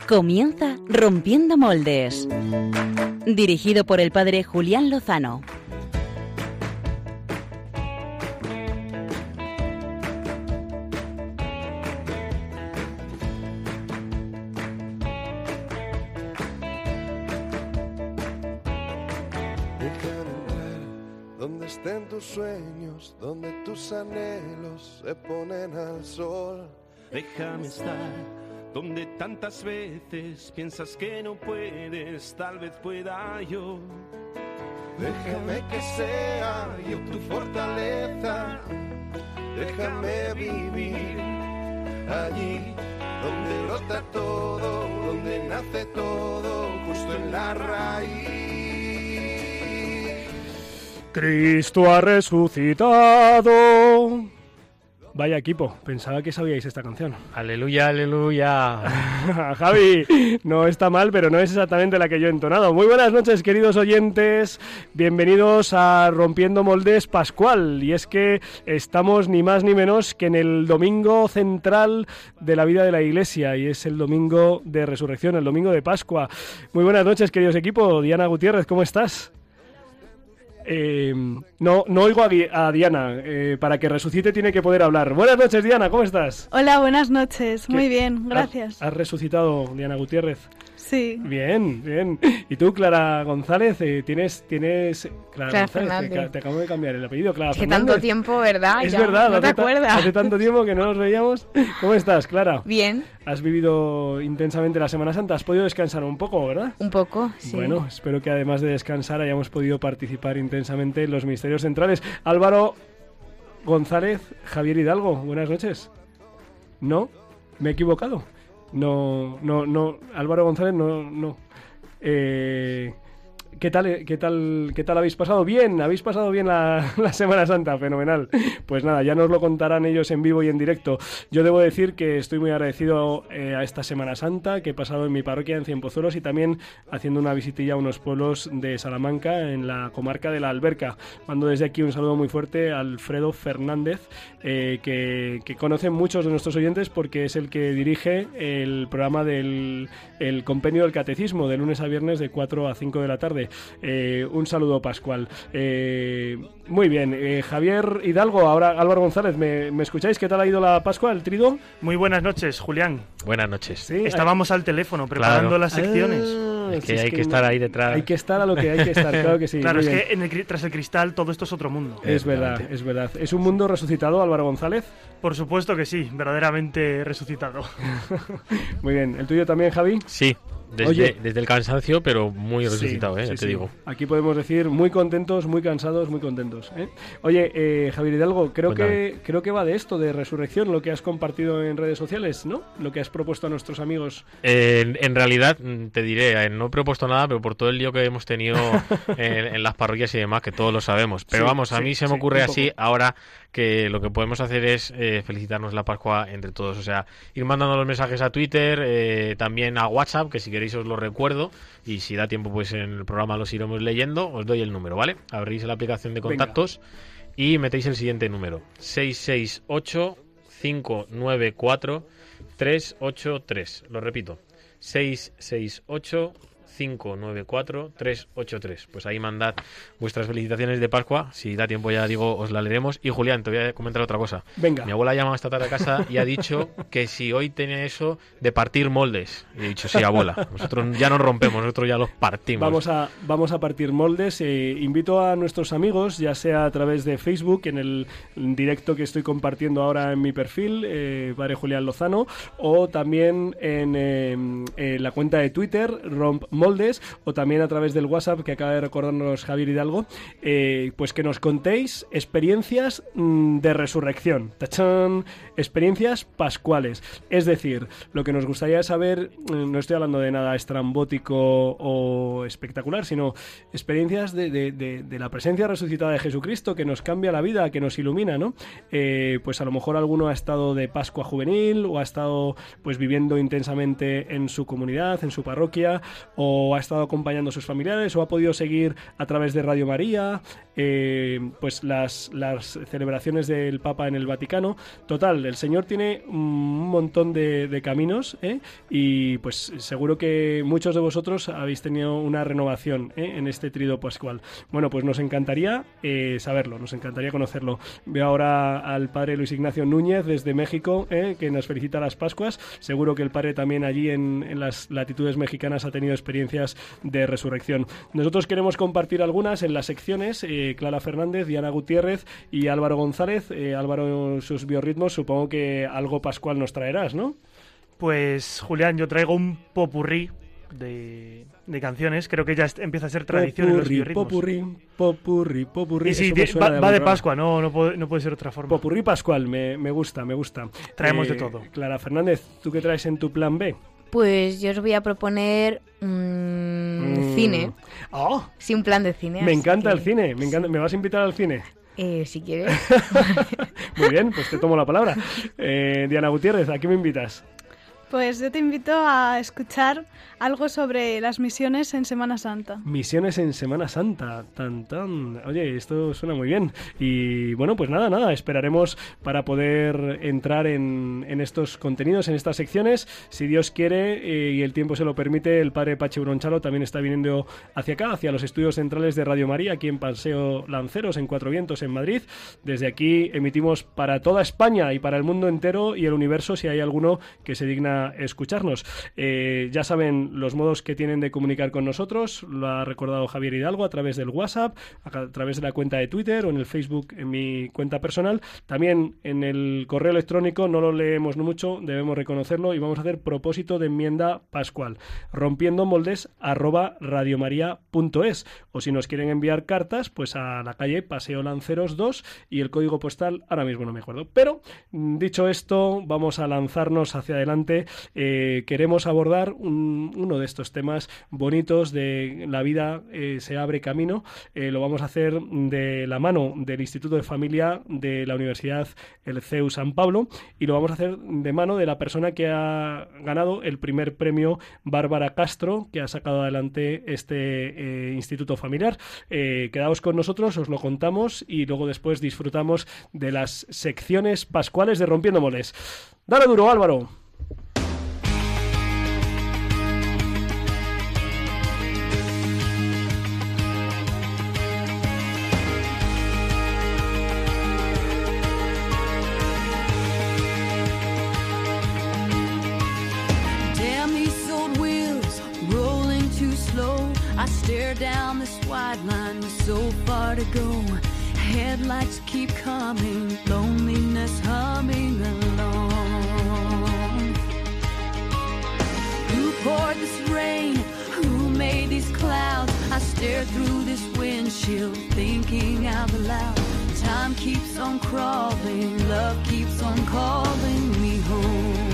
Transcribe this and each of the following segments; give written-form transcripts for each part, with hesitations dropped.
Comienza Rompiendo Moldes, dirigido por el padre Julián Lozano. Donde estén tus sueños, donde tus anhelos se ponen al sol. Déjame estar donde tantas veces piensas que no puedes, tal vez pueda yo. Déjame que sea yo tu fortaleza, déjame vivir allí donde brota todo, donde nace todo, justo en la raíz. Cristo ha resucitado. Vaya equipo, pensaba que sabíais esta canción. Aleluya, aleluya. Javi, no está mal, pero no es exactamente la que yo he entonado. Muy buenas noches, queridos oyentes. Bienvenidos a Rompiendo Moldes Pascual. Y es que estamos ni más ni menos que en el domingo central de la vida de la Iglesia. Y es el domingo de resurrección, el domingo de Pascua. Muy buenas noches, queridos equipo. Diana Gutiérrez, ¿cómo estás? No oigo a Diana. Para que resucite tiene que poder hablar. Buenas noches, Diana, ¿cómo estás? Hola, buenas noches. Muy bien, gracias. ¿Has resucitado, Diana Gutiérrez? Sí. Bien, bien. ¿Y tú, Clara González? ¿Tienes Clara Fernández. Te acabo de cambiar el apellido, Clara Hace Fernández. tanto tiempo, ¿verdad? Es ya, verdad. ¿no te acuerdas? Hace tanto tiempo que no nos veíamos. ¿Cómo estás, Clara? Bien. Has vivido intensamente la Semana Santa. Has podido descansar un poco, ¿verdad? Un poco, sí. Bueno, espero que además de descansar hayamos podido participar intensamente en los misterios centrales. Álvaro González, Javier Hidalgo, buenas noches. ¿No? ¿Me he equivocado? No, Álvaro González, no. ¿Qué tal habéis pasado? Bien, habéis pasado bien la Semana Santa, fenomenal. Pues nada, ya nos lo contarán ellos en vivo y en directo. Yo debo decir que estoy muy agradecido a esta Semana Santa que he pasado en mi parroquia en Cienpozuelos y también haciendo una visitilla a unos pueblos de Salamanca en la comarca de la Alberca. Mando desde aquí un saludo muy fuerte a Alfredo Fernández, que conocen muchos de nuestros oyentes porque es el que dirige el programa del Compendio del Catecismo de lunes a viernes de 4 a 5 de la tarde. Un saludo pascual. Muy bien, Javier Hidalgo, ahora Álvaro González, ¿me escucháis? ¿Qué tal ha ido la Pascua, el triduo? Muy buenas noches, Julián. Buenas noches. Sí, estábamos al teléfono preparando las secciones. Es que hay que estar ahí detrás. Hay que estar a lo que hay que estar, claro que sí. Claro, es que tras el cristal todo esto es otro mundo. Es verdad, es verdad. ¿Es un mundo resucitado, Álvaro González? Por supuesto que sí, verdaderamente resucitado. Muy bien, ¿el tuyo también, Javi? Sí. Desde el cansancio, pero muy resucitado, sí, te digo. Aquí podemos decir muy contentos, muy cansados, muy contentos. Oye, Javier Hidalgo, creo que va de esto, de resurrección, lo que has compartido en redes sociales, ¿no? Lo que has propuesto a nuestros amigos. En realidad, te diré, no he propuesto nada, pero por todo el lío que hemos tenido en las parroquias y demás, que todos lo sabemos. Pero a mí se me ocurre así ahora que lo que podemos hacer es felicitarnos la Pascua entre todos. O sea, ir mandando los mensajes a Twitter, también a WhatsApp, que si queréis os lo recuerdo, y si da tiempo pues en el programa los iremos leyendo. Os doy el número, ¿vale? Abrís la aplicación de contactos. Venga. Y metéis el siguiente número: 668-594-383. Lo repito: 668-594-383. Pues ahí mandad vuestras felicitaciones de Pascua. Si da tiempo, ya digo, os la leeremos. Y Julián, te voy a comentar otra cosa. Venga. Mi abuela ha llamado esta tarde a casa y ha dicho que si hoy tenía eso de partir moldes. Y he dicho, sí, abuela, nosotros ya nos rompemos, nosotros ya los partimos. Vamos a partir moldes. Invito a nuestros amigos, ya sea a través de Facebook, en el directo que estoy compartiendo ahora en mi perfil, Padre Julián Lozano, o también en la cuenta de Twitter, Romp Moldes, o también a través del WhatsApp que acaba de recordarnos Javier Hidalgo, pues que nos contéis experiencias de resurrección. ¡Tachán! Experiencias pascuales. Es decir, lo que nos gustaría saber, no estoy hablando de nada estrambótico o espectacular, sino experiencias de la presencia resucitada de Jesucristo que nos cambia la vida, que nos ilumina, ¿no? Pues a lo mejor alguno ha estado de Pascua juvenil o ha estado pues viviendo intensamente en su comunidad, en su parroquia, o o ha estado acompañando a sus familiares, o ha podido seguir a través de Radio María, pues las celebraciones del Papa en el Vaticano. Total, el Señor tiene un montón de caminos, y pues seguro que muchos de vosotros habéis tenido una renovación en este tríodo pascual. Bueno, pues nos encantaría saberlo, nos encantaría conocerlo. Veo ahora al padre Luis Ignacio Núñez desde México, que nos felicita las Pascuas. Seguro que el padre también allí en las latitudes mexicanas ha tenido experiencias de resurrección. Nosotros queremos compartir algunas en las secciones. Clara Fernández, Diana Gutiérrez y Álvaro González. Álvaro, sus biorritmos, supongo que algo pascual nos traerás, ¿no? Pues, Julián, yo traigo un popurrí de canciones. Creo que ya empieza a ser tradición en los biorritmos. Popurrí. Y sí, va de Pascua, no puede ser otra forma. Popurrí pascual, me gusta. Traemos de todo. Clara Fernández, ¿tú qué traes en tu plan B? Pues yo os voy a proponer cine. Oh, Sí, un plan de cine. me encanta el cine, me encanta. ¿Me vas a invitar al cine? Si quieres. Muy bien, pues te tomo la palabra. Diana Gutiérrez, ¿a qué me invitas? Pues yo te invito a escuchar algo sobre las misiones en Semana Santa. Misiones en Semana Santa. Tan. Oye, esto suena muy bien. Y bueno, pues nada, esperaremos para poder entrar en estos contenidos, en estas secciones. Si Dios quiere y el tiempo se lo permite, el padre Pachi Bronchalo también está viniendo hacia acá, hacia los estudios centrales de Radio María, aquí en Paseo Lanceros, en Cuatro Vientos, en Madrid. Desde aquí emitimos para toda España y para el mundo entero y el universo, si hay alguno que se digna escucharnos. Ya saben los modos que tienen de comunicar con nosotros. Lo ha recordado Javier Hidalgo a través del WhatsApp, a través de la cuenta de Twitter o en el Facebook, en mi cuenta personal. También en el correo electrónico, no lo leemos mucho, debemos reconocerlo, y vamos a hacer propósito de enmienda pascual, rompiendomoldes@radiomaria.es, o si nos quieren enviar cartas, pues a la calle Paseo Lanceros 2 y el código postal ahora mismo no me acuerdo. Pero dicho esto, vamos a lanzarnos hacia adelante. Queremos abordar uno de estos temas bonitos de la vida, se abre camino. Lo vamos a hacer de la mano del Instituto de Familia de la Universidad el CEU San Pablo, y lo vamos a hacer de mano de la persona que ha ganado el primer premio, Bárbara Castro, que ha sacado adelante este Instituto Familiar. Quedaos con nosotros, os lo contamos y luego después disfrutamos de las secciones pascuales de Rompiendo Moldes. Dale duro, Álvaro. I stare down this wide line with so far to go. Headlights keep coming, loneliness humming along. Who poured this rain? Who made these clouds? I stare through this windshield, thinking out loud. Time keeps on crawling, love keeps on calling me home.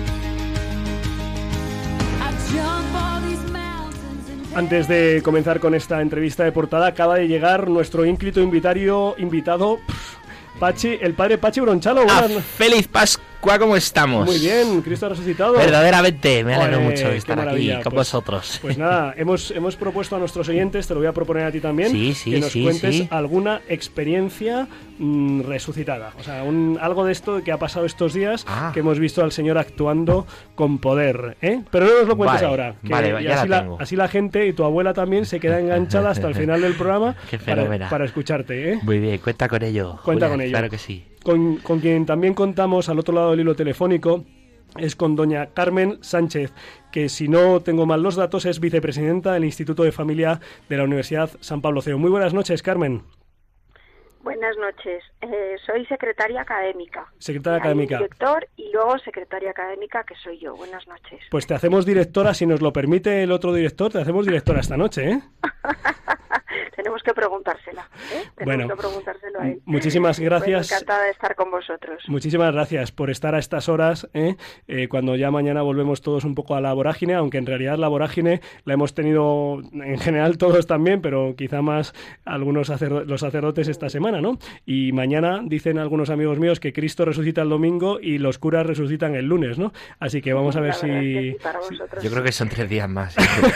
I jump all these mountains. Antes de comenzar con esta entrevista de portada, acaba de llegar nuestro ínclito invitado, Pachi, el padre Pachi Bronchalo. ¡Feliz Pascua! ¿Cómo estamos? Muy bien, Cristo ha resucitado. Verdaderamente, me alegro mucho de estar aquí con vosotros. Pues nada, hemos propuesto a nuestros oyentes, te lo voy a proponer a ti también, que nos cuentes alguna experiencia resucitada. O sea, algo de esto que ha pasado estos días, que hemos visto al Señor actuando con poder, ¿eh? Pero no nos lo cuentes ahora. Vale, ya así la gente y tu abuela también se queda enganchada hasta el final del programa para escucharte, ¿eh? Muy bien, cuenta con ello. Cuenta con ello. Claro que sí. Con quien también contamos al otro lado del hilo telefónico es con doña Carmen Sánchez, que si no tengo mal los datos es vicepresidenta del Instituto de Familia de la Universidad San Pablo CEU. Muy buenas noches, Carmen. Buenas noches. Soy secretaria académica. Secretaria académica. Director y luego secretaria académica, que soy yo. Buenas noches. Pues te hacemos directora, si nos lo permite el otro director, te hacemos directora esta noche, ¿eh? tenemos que preguntársela. Tenemos que preguntárselo a él. Muchísimas gracias. Pues encantada de estar con vosotros. Muchísimas gracias por estar a estas horas, cuando ya mañana volvemos todos un poco a la vorágine, aunque en realidad la vorágine la hemos tenido en general todos también, pero quizá más algunos los sacerdotes esta semana, ¿no? Y mañana dicen algunos amigos míos que Cristo resucita el domingo y los curas resucitan el lunes, ¿no? Así que vamos a ver si... Yo creo que son 3 días más.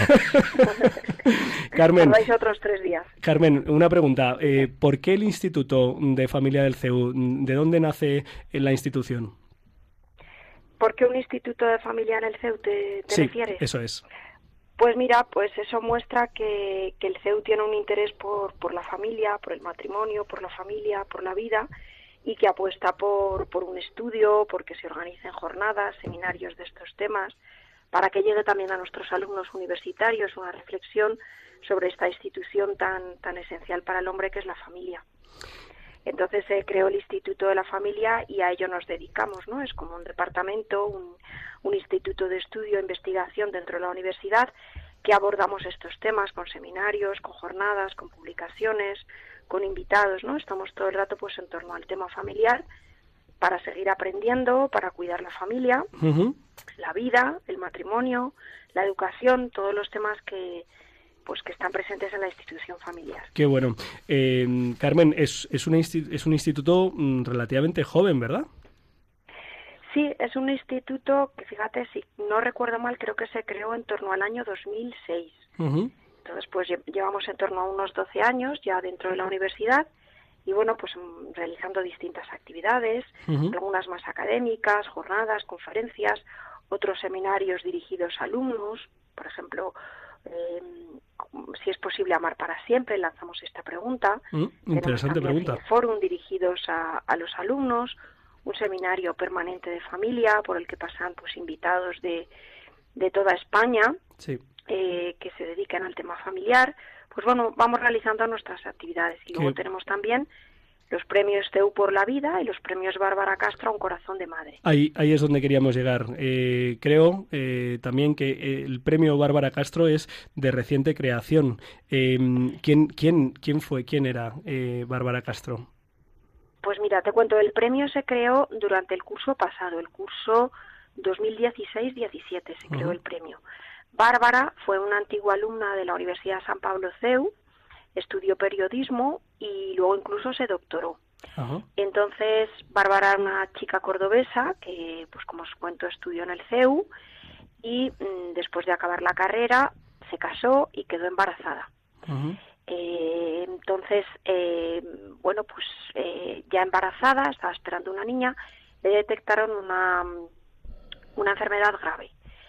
Carmen, tardáis otros 3 días. Carmen, una pregunta. ¿Por qué el Instituto de Familia del CEU? ¿De dónde nace la institución? ¿Por qué un instituto de familia en el CEU te refieres? Sí, eso es. Pues mira, pues eso muestra que el CEU tiene un interés por la familia, por el matrimonio, por la familia, por la vida, y que apuesta por un estudio, porque se organicen jornadas, seminarios de estos temas, para que llegue también a nuestros alumnos universitarios una reflexión sobre esta institución tan esencial para el hombre que es la familia. Entonces se creó el Instituto de la Familia y a ello nos dedicamos, ¿no? Es como un departamento, un instituto de estudio e investigación dentro de la universidad que abordamos estos temas con seminarios, con jornadas, con publicaciones, con invitados, ¿no? Estamos todo el rato pues en torno al tema familiar para seguir aprendiendo, para cuidar la familia, la vida, el matrimonio, la educación, todos los temas que están presentes en la institución familiar. Qué bueno. Carmen, es un instituto relativamente joven, ¿verdad? Sí, es un instituto que, fíjate, si no recuerdo mal, creo que se creó en torno al año 2006. Entonces, pues llevamos en torno a unos 12 años ya dentro de la universidad y, bueno, pues realizando distintas actividades, algunas más académicas, jornadas, conferencias, otros seminarios dirigidos a alumnos, por ejemplo, si es posible amar para siempre, lanzamos esta pregunta. Interesante pregunta. Fórum dirigidos a los alumnos, un seminario permanente de familia por el que pasan pues invitados de toda España, que se dedican al tema familiar. Pues bueno, vamos realizando nuestras actividades y luego tenemos también los premios CEU por la vida y los premios Bárbara Castro a un corazón de madre. Ahí es donde queríamos llegar. Creo también que el premio Bárbara Castro es de reciente creación. ¿Quién era Bárbara Castro? Pues mira, te cuento, el premio se creó durante el curso pasado, el curso 2016-17 se creó el premio. Bárbara fue una antigua alumna de la Universidad San Pablo CEU, estudió periodismo y luego incluso se doctoró. Entonces, Bárbara era una chica cordobesa que, pues como os cuento, estudió en el CEU y después de acabar la carrera se casó y quedó embarazada. Entonces, bueno, pues ya embarazada, estaba esperando una niña, le detectaron una enfermedad grave.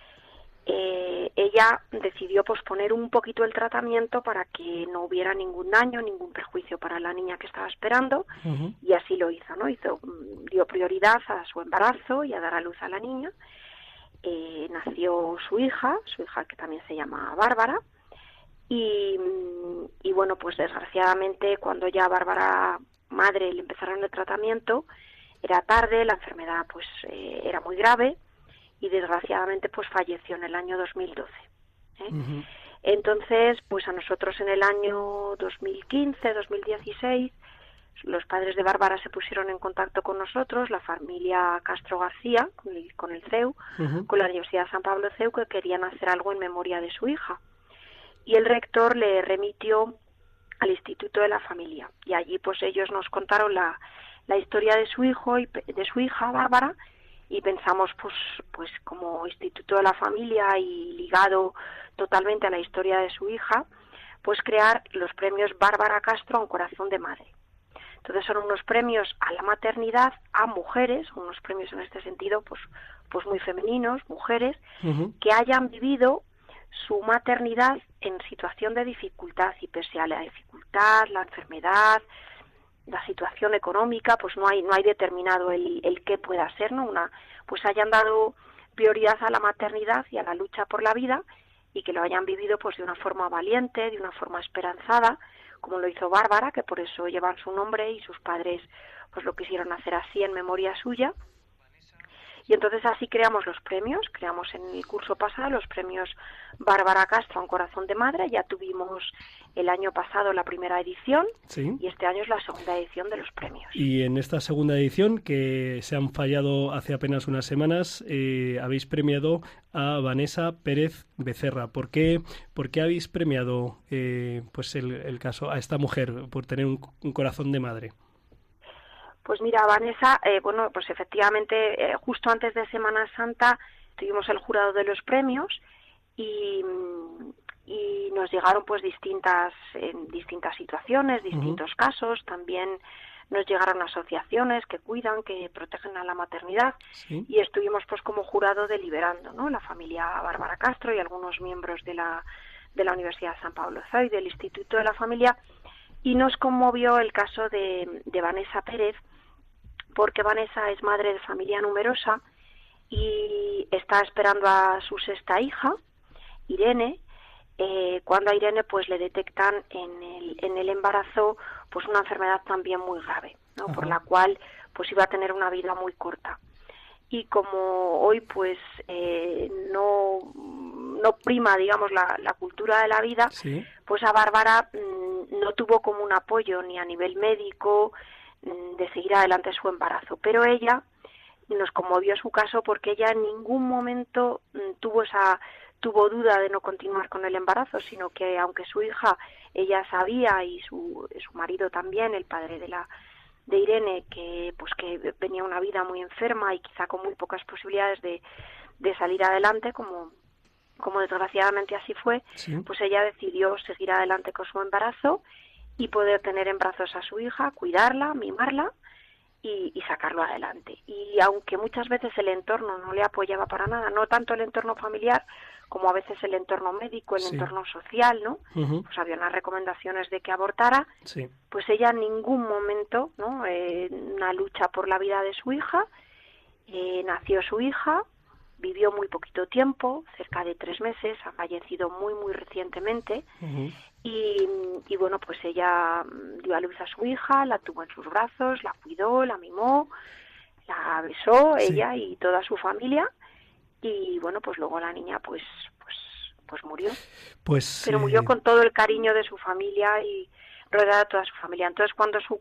Ella decidió posponer un poquito el tratamiento para que no hubiera ningún daño, ningún perjuicio para la niña que estaba esperando, y así lo hizo, ¿no? Dio prioridad a su embarazo y a dar a luz a la niña. Nació su hija que también se llama Bárbara, y bueno, pues desgraciadamente cuando ya a Bárbara madre le empezaron el tratamiento, era tarde, la enfermedad pues era muy grave, y desgraciadamente pues falleció en el año 2012. Entonces, pues a nosotros en el año 2015-2016 los padres de Bárbara se pusieron en contacto con nosotros, la familia Castro García, con el CEU, con la Universidad San Pablo CEU, que querían hacer algo en memoria de su hija. Y el rector le remitió al Instituto de la Familia. Y allí pues ellos nos contaron la historia de su hijo y de su hija Bárbara, y pensamos pues como Instituto de la Familia y ligado totalmente a la historia de su hija, pues crear los premios Bárbara Castro a un corazón de madre. Entonces son unos premios a la maternidad, a mujeres, unos premios en este sentido pues muy femeninos, mujeres que hayan vivido su maternidad en situación de dificultad, y pese a la dificultad, la enfermedad, la situación económica, pues no hay determinado el qué pueda ser, ¿no? Pues hayan dado prioridad a la maternidad y a la lucha por la vida, y que lo hayan vivido pues de una forma valiente, de una forma esperanzada, como lo hizo Bárbara, que por eso llevan su nombre, y sus padres pues lo quisieron hacer así en memoria suya. Y entonces así creamos los premios, creamos en el curso pasado los premios Bárbara Castro, Un Corazón de Madre. Ya tuvimos el año pasado la primera edición, ¿sí? Y este año es la segunda edición de los premios. Y en esta segunda edición, que se han fallado hace apenas unas semanas, habéis premiado a Vanessa Pérez Becerra. ¿Por qué habéis premiado pues el caso a esta mujer por tener un corazón de madre? Pues mira, Vanessa, bueno, pues efectivamente, justo antes de Semana Santa tuvimos el jurado de los premios y nos llegaron pues distintas situaciones, distintos casos. También nos llegaron asociaciones que cuidan, que protegen a la maternidad, ¿sí? Y estuvimos pues como jurado deliberando, ¿no? La familia Bárbara Castro y algunos miembros de la Universidad San Pablo CEU y del Instituto de la Familia, y nos conmovió el caso de Vanessa Pérez, porque Vanessa es madre de familia numerosa y está esperando a su sexta hija, Irene, cuando a Irene pues le detectan en el embarazo pues una enfermedad también muy grave, ¿no? Por la cual pues iba a tener una vida muy corta. Y como hoy pues no prima, digamos, la cultura de la vida, ¿sí? Pues a Bárbara no tuvo como un apoyo ni a nivel médico de seguir adelante su embarazo, pero ella nos conmovió su caso porque ella en ningún momento tuvo duda de no continuar con el embarazo, sino que aunque su hija, ella sabía, y su marido también, el padre de Irene, que venía una vida muy enferma y quizá con muy pocas posibilidades de salir adelante, como desgraciadamente así fue, ¿sí? Pues ella decidió seguir adelante con su embarazo y poder tener en brazos a su hija, cuidarla, mimarla y sacarlo adelante. Y aunque muchas veces el entorno no le apoyaba para nada, no tanto el entorno familiar como a veces el entorno médico, el sí. entorno social, ¿no? Uh-huh. Pues había unas recomendaciones de que abortara, sí. Pues ella en ningún momento, ¿no? Una lucha por la vida de su hija, nació su hija, vivió muy poquito tiempo, cerca de 3 meses, ha fallecido muy, muy recientemente, uh-huh. Y bueno, pues ella dio a luz a su hija, la tuvo en sus brazos, la cuidó, la mimó, la besó, sí. Ella y toda su familia, y bueno, pues luego la niña pues murió. Pero murió con todo el cariño de su familia y rodeada de toda su familia. Entonces cuando su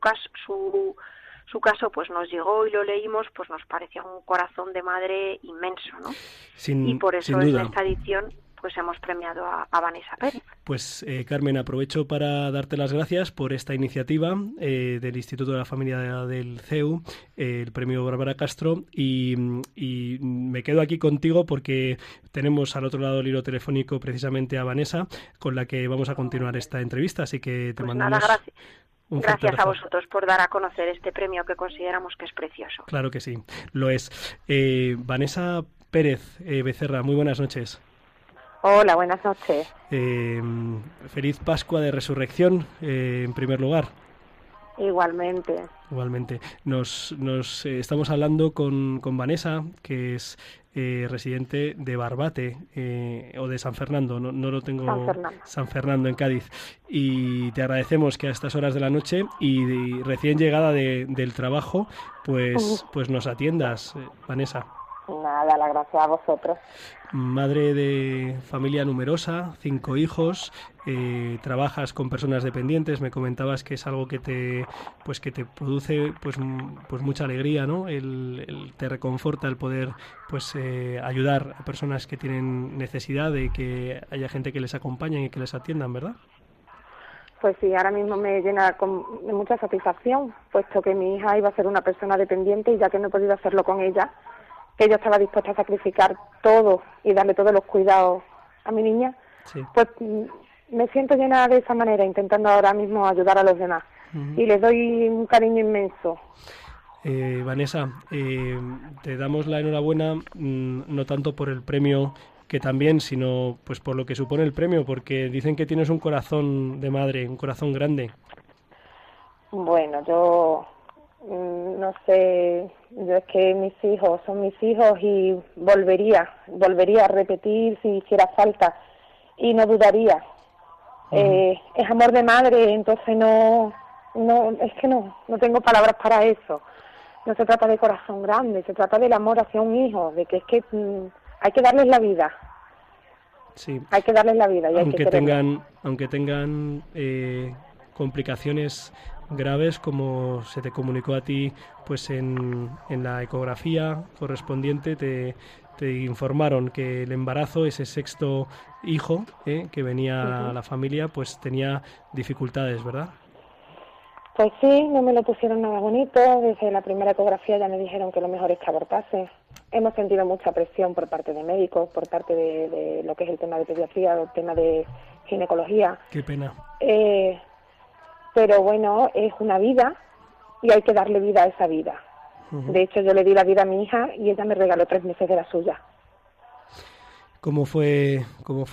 caso pues nos llegó y lo leímos, pues nos parecía un corazón de madre inmenso, ¿no? Y por eso en esta edición pues hemos premiado a Vanessa Pérez. Pues Carmen, aprovecho para darte las gracias por esta iniciativa del Instituto de la Familia del CEU, el premio Bárbara Castro, y me quedo aquí contigo porque tenemos al otro lado del hilo telefónico precisamente a Vanessa, con la que vamos a continuar esta entrevista, así que te mandamos... Nada, gracias a vosotros por dar a conocer este premio que consideramos que es precioso. Claro que sí, lo es. Vanessa Pérez Becerra, muy buenas noches. Hola, buenas noches. Feliz Pascua de Resurrección, en primer lugar. Igualmente. Nos estamos hablando con Vanessa, que es residente de Barbate o de San Fernando, no lo tengo. San Fernando en Cádiz. Y te agradecemos que a estas horas de la noche y recién llegada del trabajo, pues nos atiendas, Vanessa. Nada, la gracia a vosotros. Madre de familia numerosa, 5 hijos, trabajas con personas dependientes, me comentabas que es algo que te produce pues mucha alegría, ¿no? Te reconforta el poder ayudar a personas que tienen necesidad de que haya gente que les acompañe y que les atiendan, ¿verdad? Pues sí, ahora mismo me llena de mucha satisfacción, puesto que mi hija iba a ser una persona dependiente y ya que no he podido hacerlo con ella, que yo estaba dispuesta a sacrificar todo y darle todos los cuidados a mi niña, sí. Pues me siento llena de esa manera, intentando ahora mismo ayudar a los demás. Uh-huh. Y les doy un cariño inmenso. Vanessa, te damos la enhorabuena, no tanto por el premio que también, sino pues por lo que supone el premio, porque dicen que tienes un corazón de madre, un corazón grande. Bueno, yo... no sé, yo es que mis hijos son mis hijos y volvería a repetir si hiciera falta y no dudaría. Uh-huh. Es amor de madre, entonces no tengo palabras para eso. no se trata de corazón grande, se trata del amor hacia un hijo, de que es que hay que darles la vida. Sí. Hay que darles la vida y hay que aunque tengan complicaciones graves, como se te comunicó a ti, pues en la ecografía correspondiente te informaron que el embarazo, ese sexto hijo que venía a la familia, pues tenía dificultades, ¿verdad? Pues sí, no me lo pusieron nada bonito. Desde la primera ecografía ya me dijeron que lo mejor es que abortase. Hemos sentido mucha presión por parte de médicos, por parte de lo que es el tema de pediatría, el tema de ginecología. Qué pena. Pero bueno, es una vida y hay que darle vida a esa vida. De hecho, yo le di la vida a mi hija y ella me regaló 3 meses de la suya. ¿Cómo fue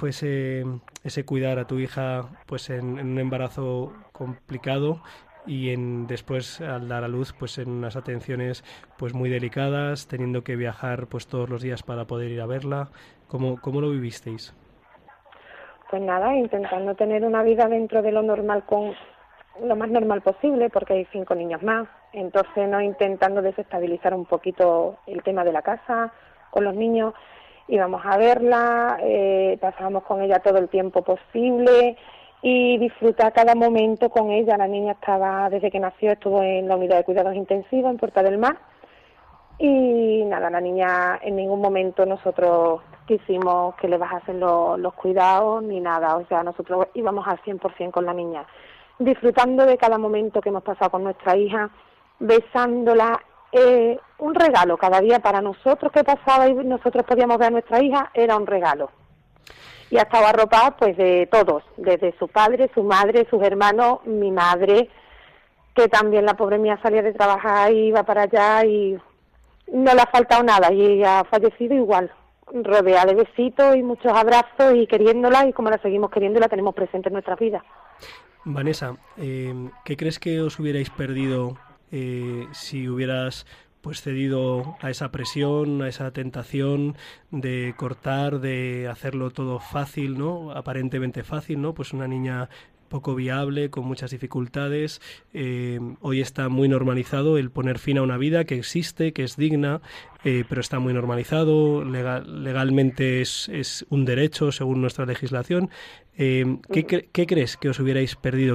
ese cuidar a tu hija pues en un embarazo complicado y después al dar a luz pues en unas atenciones pues muy delicadas, teniendo que viajar pues todos los días para poder ir a verla? ¿Cómo lo vivisteis? Pues nada, intentando tener una vida dentro de lo normal, con lo más normal posible, porque hay 5 niños más. Entonces, no intentando desestabilizar un poquito el tema de la casa con los niños. Íbamos a verla, pasábamos con ella todo el tiempo posible y disfrutar cada momento con ella. La niña desde que nació, estuvo en la unidad de cuidados intensivos en Puerta del Mar. Y nada, la niña en ningún momento nosotros quisimos que le bajasen los cuidados ni nada. O sea, nosotros íbamos al 100% con la niña, disfrutando de cada momento que hemos pasado con nuestra hija, besándola. Un regalo cada día para nosotros que pasaba y nosotros podíamos ver a nuestra hija, era un regalo. Y ha estado arropada pues de todos, desde su padre, su madre, sus hermanos, mi madre, que también la pobre mía salía de trabajar y iba para allá y no le ha faltado nada, y ella ha fallecido igual, rodeada de besitos y muchos abrazos y queriéndola, y como la seguimos queriendo y la tenemos presente en nuestras vidas. Vanessa, ¿qué crees que os hubierais perdido si hubieras pues cedido a esa presión, a esa tentación de cortar, de hacerlo todo fácil, ¿no? Aparentemente fácil, ¿no? Pues una niña poco viable, con muchas dificultades. Hoy está muy normalizado el poner fin a una vida que existe, que es digna, pero está muy normalizado. Legalmente es un derecho según nuestra legislación. ¿Qué crees que os hubierais perdido?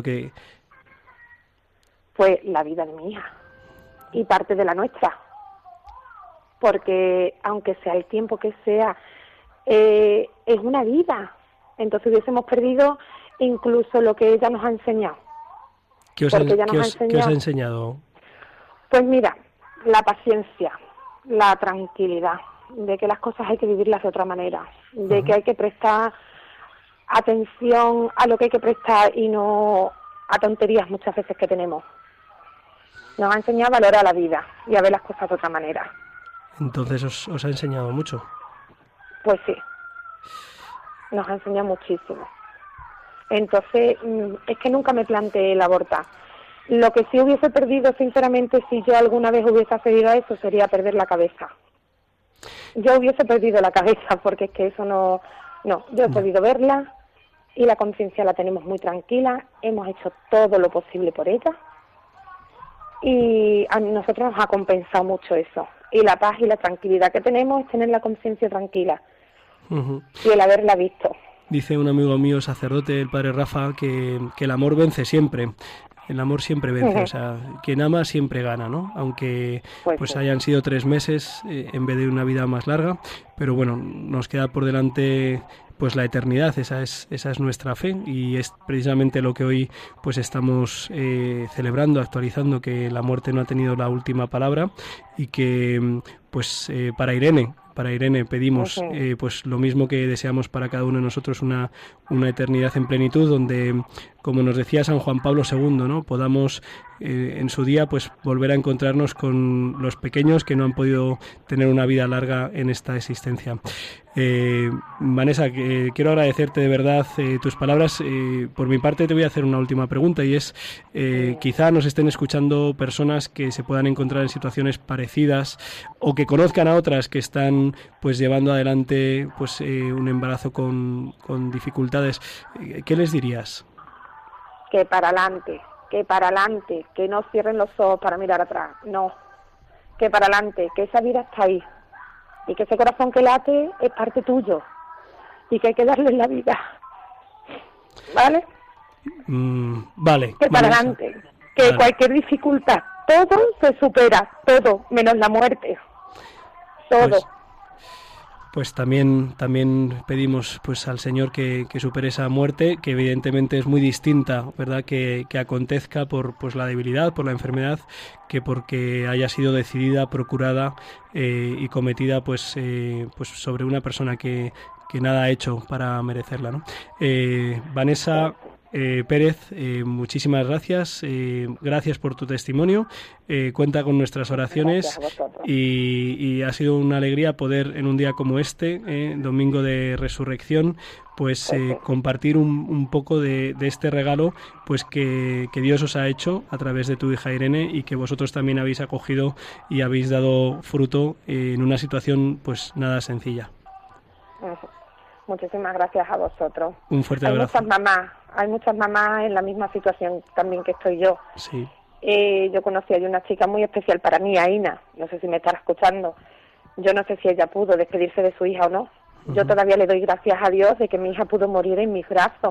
Pues la vida de mi hija y parte de la nuestra, porque aunque sea el tiempo que sea, es una vida. Entonces hubiésemos perdido incluso lo que ella nos ha enseñado. ¿Qué os ha enseñado? Pues mira, la paciencia, la tranquilidad, de que las cosas hay que vivirlas de otra manera, de que hay que prestar atención a lo que hay que prestar y no a tonterías muchas veces que tenemos. Nos ha enseñado a valorar la vida y a ver las cosas de otra manera. Entonces, ¿os ha enseñado mucho? Pues sí, nos ha enseñado muchísimo. Entonces, es que nunca me planteé el abortar. Lo que sí hubiese perdido, sinceramente, si yo alguna vez hubiese accedido a eso, sería perder la cabeza. Yo hubiese perdido la cabeza, porque es que eso no, yo he podido verla y la conciencia la tenemos muy tranquila, hemos hecho todo lo posible por ella y a nosotros nos ha compensado mucho eso. Y la paz y la tranquilidad que tenemos es tener la conciencia tranquila y el haberla visto. Dice un amigo mío, sacerdote, el padre Rafa, que el amor vence siempre. El amor siempre vence, o sea, quien ama siempre gana, ¿no? Aunque pues hayan sido 3 meses en vez de una vida más larga, pero bueno, nos queda por delante pues la eternidad, esa es nuestra fe y es precisamente lo que hoy pues estamos celebrando, actualizando, que la muerte no ha tenido la última palabra y que pues para Irene pedimos pues lo mismo que deseamos para cada uno de nosotros, una eternidad en plenitud donde, como nos decía San Juan Pablo II, ¿no? Podamos en su día pues volver a encontrarnos con los pequeños que no han podido tener una vida larga en esta existencia. Vanessa, quiero agradecerte de verdad tus palabras. Por mi parte te voy a hacer una última pregunta y es, quizá nos estén escuchando personas que se puedan encontrar en situaciones parecidas o que conozcan a otras que están pues llevando adelante pues un embarazo con dificultades. ¿Qué les dirías? Que para adelante, que no cierren los ojos para mirar atrás, no, que para adelante, que esa vida está ahí y que ese corazón que late es parte tuyo y que hay que darle la vida, ¿vale? Vale. Que para adelante, que vale. Cualquier dificultad, todo se supera, todo, menos la muerte, todo. Pues también pedimos pues al Señor que supere esa muerte, que evidentemente es muy distinta, ¿verdad? Que acontezca por pues la debilidad, por la enfermedad, que porque haya sido decidida, procurada y cometida pues sobre una persona que nada ha hecho para merecerla, ¿no? Vanessa Pérez, muchísimas gracias, gracias por tu testimonio, cuenta con nuestras oraciones y ha sido una alegría poder en un día como este, domingo de resurrección, pues compartir un poco de este regalo pues que Dios os ha hecho a través de tu hija Irene y que vosotros también habéis acogido y habéis dado fruto en una situación pues nada sencilla. Muchísimas gracias a vosotros. Un fuerte abrazo. Hay muchas mamás en la misma situación también que estoy yo. Sí. Yo conocí a una chica muy especial para mí, Aina, no sé si me estará escuchando. Yo no sé si ella pudo despedirse de su hija o no. Yo todavía le doy gracias a Dios de que mi hija pudo morir en mis brazos.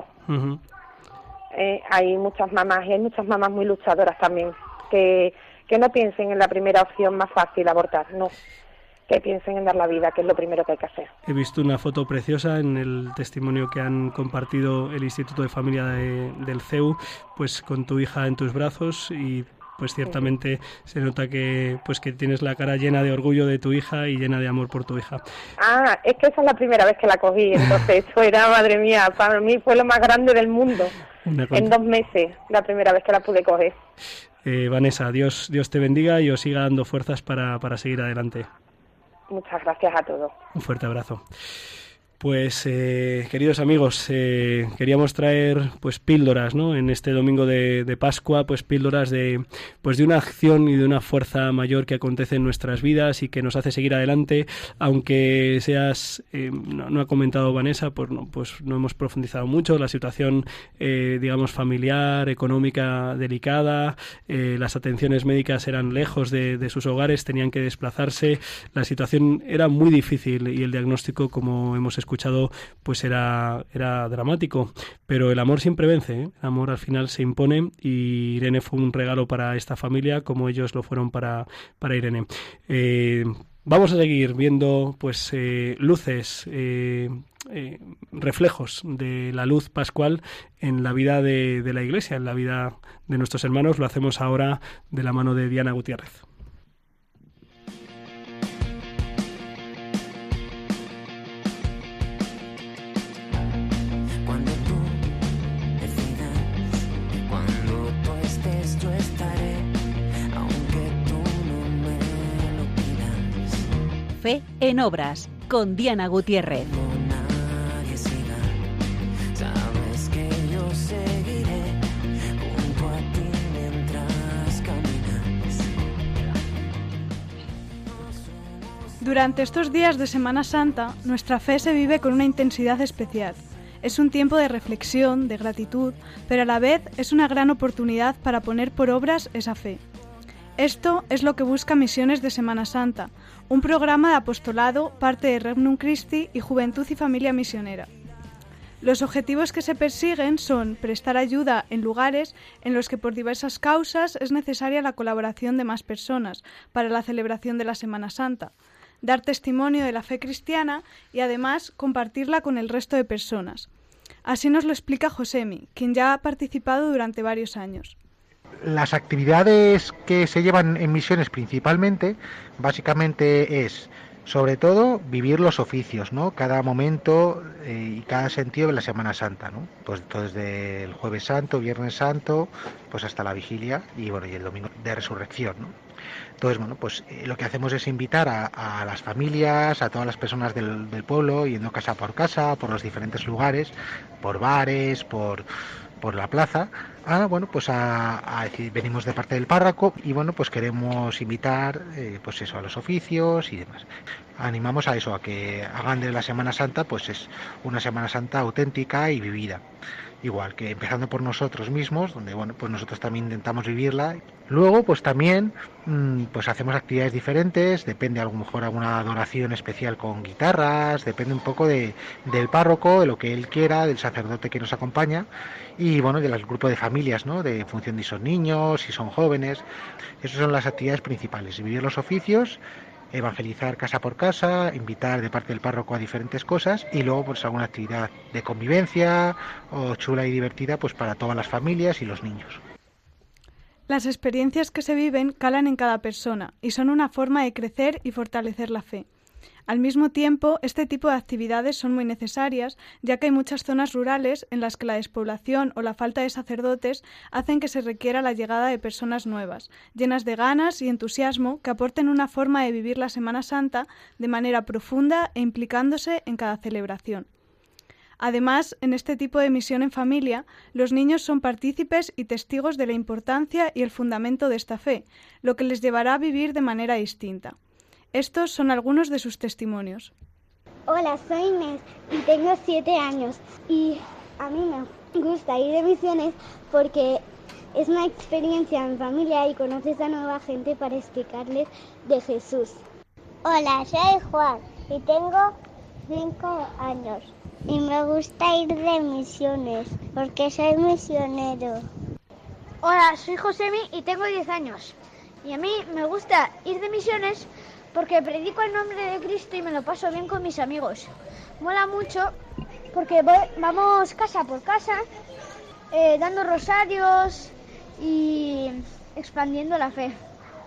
Hay muchas mamás y hay muchas mamás muy luchadoras también que no piensen en la primera opción más fácil, abortar, no. Que piensen en dar la vida, que es lo primero que hay que hacer. He visto una foto preciosa en el testimonio que han compartido el Instituto de Familia del CEU, pues con tu hija en tus brazos y pues ciertamente se nota que tienes la cara llena de orgullo de tu hija y llena de amor por tu hija. Es que esa es la primera vez que la cogí, entonces eso era, madre mía, para mí fue lo más grande del mundo. En 2 meses, la primera vez que la pude coger. Vanessa, Dios te bendiga y os siga dando fuerzas para seguir adelante. Muchas gracias a todos. Un fuerte abrazo. Pues queridos amigos, queríamos traer pues píldoras, ¿no? En este domingo de Pascua, pues píldoras de una acción y de una fuerza mayor que acontece en nuestras vidas y que nos hace seguir adelante, aunque seas no ha comentado Vanessa, pues no hemos profundizado mucho la situación digamos familiar, económica delicada, las atenciones médicas eran lejos de sus hogares, tenían que desplazarse, la situación era muy difícil y el diagnóstico, como hemos escuchado, pues era dramático, pero el amor siempre vence, ¿eh? El amor al final se impone y Irene fue un regalo para esta familia como ellos lo fueron para Irene. Vamos a seguir viendo pues luces, reflejos de la luz pascual en la vida de la Iglesia, en la vida de nuestros hermanos. Lo hacemos ahora de la mano de Diana Gutiérrez. Fe en Obras, con Diana Gutiérrez. Durante estos días de Semana Santa, nuestra fe se vive con una intensidad especial. Es un tiempo de reflexión, de gratitud, pero a la vez es una gran oportunidad para poner por obras esa fe. Esto es lo que busca Misiones de Semana Santa, un programa de apostolado, parte de Regnum Christi y Juventud y Familia Misionera. Los objetivos que se persiguen son prestar ayuda en lugares en los que por diversas causas es necesaria la colaboración de más personas para la celebración de la Semana Santa, dar testimonio de la fe cristiana y además compartirla con el resto de personas. Así nos lo explica Josemi, quien ya ha participado durante varios años. Las actividades que se llevan en misiones principalmente, básicamente es, sobre todo, vivir los oficios, ¿no? Cada momento y cada sentido de la Semana Santa, ¿no? Pues desde el Jueves Santo, Viernes Santo, pues hasta la Vigilia y el Domingo de Resurrección, ¿no? Entonces, pues lo que hacemos es invitar a las familias, a todas las personas del pueblo, yendo casa por los diferentes lugares, por bares, por la plaza, a decir, venimos de parte del párroco y pues queremos invitar a los oficios y demás. Animamos a eso, a que hagan de la Semana Santa, pues es una Semana Santa auténtica y vivida. igual que empezando por nosotros mismos, donde bueno, pues nosotros también intentamos vivirla. Luego pues también pues hacemos actividades diferentes, depende a lo mejor alguna adoración especial con guitarras, depende un poco del párroco, de lo que él quiera, del sacerdote que nos acompaña y bueno, del grupo de familias, ¿no? De en función de si son niños, si son jóvenes. Esas son las actividades principales, vivir los oficios, evangelizar casa por casa, invitar de parte del párroco a diferentes cosas y luego pues alguna actividad de convivencia o chula y divertida pues para todas las familias y los niños. Las experiencias que se viven calan en cada persona y son una forma de crecer y fortalecer la fe. Al mismo tiempo, este tipo de actividades son muy necesarias, ya que hay muchas zonas rurales en las que la despoblación o la falta de sacerdotes hacen que se requiera la llegada de personas nuevas, llenas de ganas y entusiasmo, que aporten una forma de vivir la Semana Santa de manera profunda e implicándose en cada celebración. Además, en este tipo de misión en familia, los niños son partícipes y testigos de la importancia y el fundamento de esta fe, lo que les llevará a vivir de manera distinta. Estos son algunos de sus testimonios. Hola, soy Inés y tengo 7 años y a mí me gusta ir de misiones porque es una experiencia en familia y conoces a nueva gente para explicarles de Jesús. Hola, soy Juan y tengo 5 años y me gusta ir de misiones porque soy misionero. Hola, soy Josemi y tengo 10 años y a mí me gusta ir de misiones porque predico el nombre de Cristo y me lo paso bien con mis amigos. Mola mucho porque vamos casa por casa, dando rosarios y expandiendo la fe.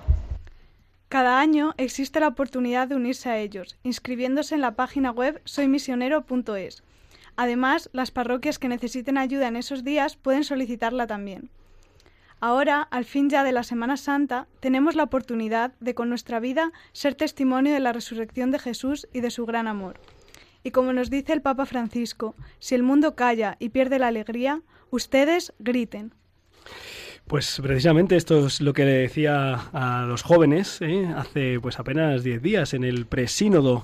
Cada año existe la oportunidad de unirse a ellos, inscribiéndose en la página web soymisionero.es. Además, las parroquias que necesiten ayuda en esos días pueden solicitarla también. Ahora, al fin ya de la Semana Santa, tenemos la oportunidad de con nuestra vida ser testimonio de la resurrección de Jesús y de su gran amor. Y como nos dice el Papa Francisco, si el mundo calla y pierde la alegría, ustedes griten. Pues precisamente esto es lo que le decía a los jóvenes hace pues apenas 10 días en el presínodo,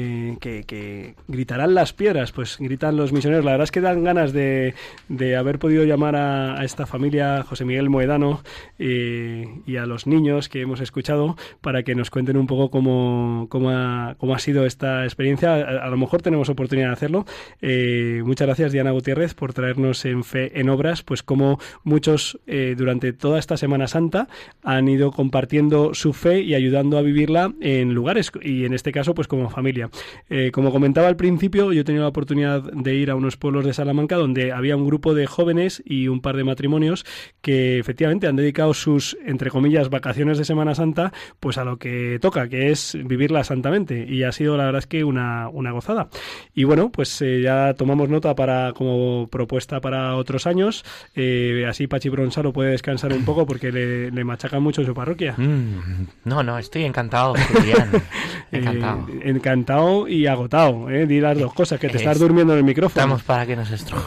que gritarán las piedras, pues gritan los misioneros. La verdad es que dan ganas de haber podido llamar a esta familia, José Miguel Moedano, y a los niños que hemos escuchado para que nos cuenten un poco cómo ha sido esta experiencia. A lo mejor tenemos oportunidad de hacerlo. Muchas gracias, Diana Gutiérrez, por traernos en Fe en Obras, pues como muchos durante toda esta Semana Santa han ido compartiendo su fe y ayudando a vivirla en lugares, y en este caso pues como familia. Como comentaba al principio, yo he tenido la oportunidad de ir a unos pueblos de Salamanca donde había un grupo de jóvenes y un par de matrimonios que efectivamente han dedicado sus, entre comillas, vacaciones de Semana Santa pues a lo que toca, que es vivirla santamente, y ha sido la verdad es que una gozada. Y bueno, pues ya tomamos nota como propuesta para otros años, así Pachi Bronsalo puede descansar un poco porque le machacan mucho en su parroquia. No, estoy encantado, Julián. Encantado y agotado, di las dos cosas, que te estás durmiendo en el micrófono. Estamos para que nos estruje.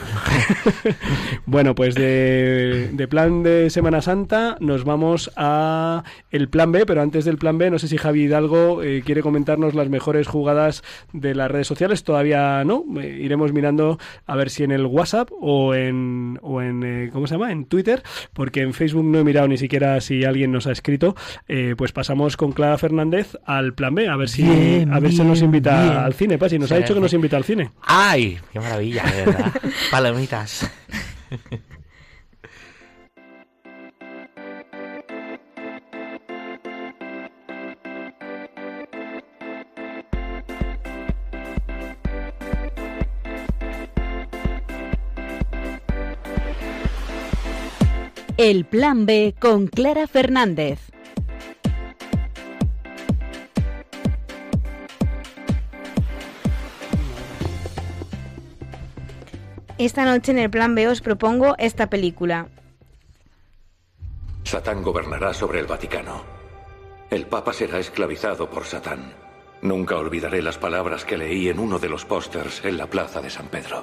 Bueno, pues de plan de Semana Santa nos vamos a el plan B, pero antes del plan B, no sé si Javi Hidalgo quiere comentarnos las mejores jugadas de las redes sociales. Todavía no, iremos mirando a ver si en el WhatsApp o en ¿cómo se llama? En Twitter, porque en Facebook no he mirado ni siquiera si alguien nos ha escrito. Pues pasamos con Clara Fernández al plan B, a ver si se nos invita al cine. Pachi, nos ha dicho que nos invita al cine. ¡Ay! ¡Qué maravilla, de verdad! Palomitas. El plan B con Clara Fernández. Esta noche en el plan B os propongo esta película. Satán gobernará sobre el Vaticano. El Papa será esclavizado por Satán. Nunca olvidaré las palabras que leí en uno de los pósters en la plaza de San Pedro.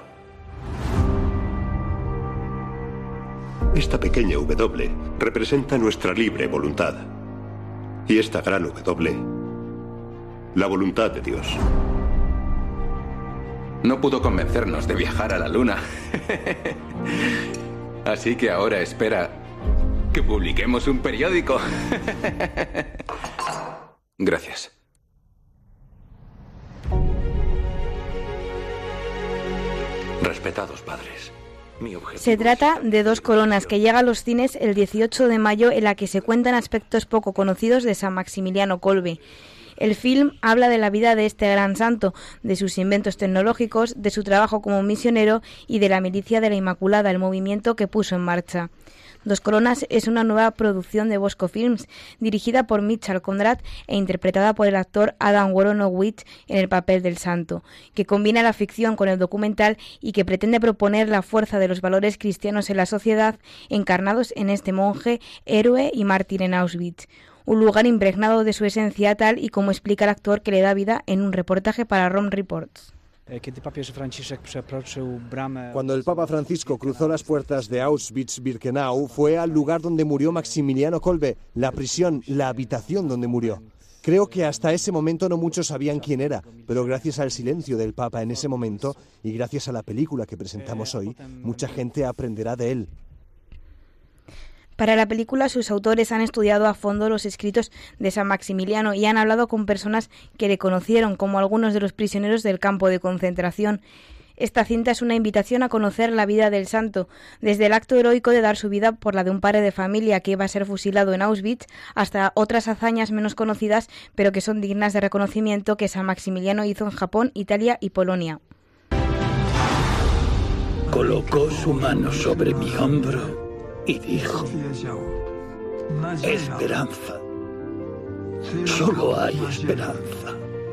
Esta pequeña W representa nuestra libre voluntad. Y esta gran W, la voluntad de Dios. No pudo convencernos de viajar a la Luna. Así que ahora espera que publiquemos un periódico. Gracias. Respetados padres. Se trata de Dos Coronas, que llega a los cines el 18 de mayo, en la que se cuentan aspectos poco conocidos de San Maximiliano Kolbe. El film habla de la vida de este gran santo, de sus inventos tecnológicos, de su trabajo como misionero y de la milicia de la Inmaculada, el movimiento que puso en marcha. Dos Coronas es una nueva producción de Bosco Films, dirigida por Michal Conrad e interpretada por el actor Adam Woronowicz en el papel del santo, que combina la ficción con el documental y que pretende proponer la fuerza de los valores cristianos en la sociedad, encarnados en este monje, héroe y mártir en Auschwitz. Un lugar impregnado de su esencia, tal y como explica el actor que le da vida en un reportaje para Rome Reports. Cuando el Papa Francisco cruzó las puertas de Auschwitz-Birkenau, fue al lugar donde murió Maximiliano Kolbe, la prisión, la habitación donde murió. Creo que hasta ese momento no muchos sabían quién era, pero gracias al silencio del Papa en ese momento y gracias a la película que presentamos hoy, mucha gente aprenderá de él. Para la película, sus autores han estudiado a fondo los escritos de San Maximiliano y han hablado con personas que le conocieron, como algunos de los prisioneros del campo de concentración. Esta cinta es una invitación a conocer la vida del santo, desde el acto heroico de dar su vida por la de un padre de familia que iba a ser fusilado en Auschwitz, hasta otras hazañas menos conocidas, pero que son dignas de reconocimiento, que San Maximiliano hizo en Japón, Italia y Polonia. Colocó su mano sobre mi hombro y dijo: esperanza. Solo hay esperanza.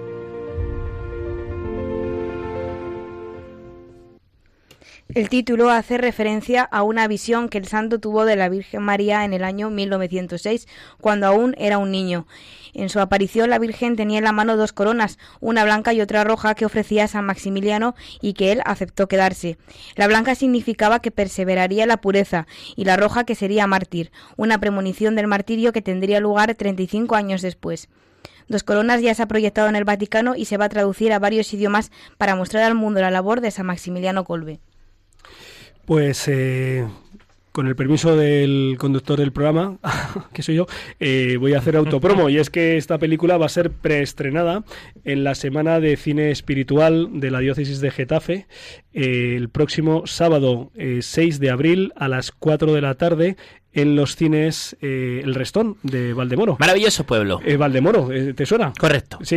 El título hace referencia a una visión que el santo tuvo de la Virgen María en el año 1906, cuando aún era un niño. En su aparición, la Virgen tenía en la mano dos coronas, una blanca y otra roja, que ofrecía a San Maximiliano y que él aceptó quedarse. La blanca significaba que perseveraría en la pureza y la roja que sería mártir, una premonición del martirio que tendría lugar 35 años después. Dos Coronas ya se ha proyectado en el Vaticano y se va a traducir a varios idiomas para mostrar al mundo la labor de San Maximiliano Kolbe. Pues con el permiso del conductor del programa, que soy yo, voy a hacer autopromo, y es que esta película va a ser preestrenada en la Semana de Cine Espiritual de la Diócesis de Getafe el próximo sábado 6 de abril a las 4 de la tarde en los cines El Restón de Valdemoro. Maravilloso pueblo. Valdemoro, ¿te suena? Correcto. Sí,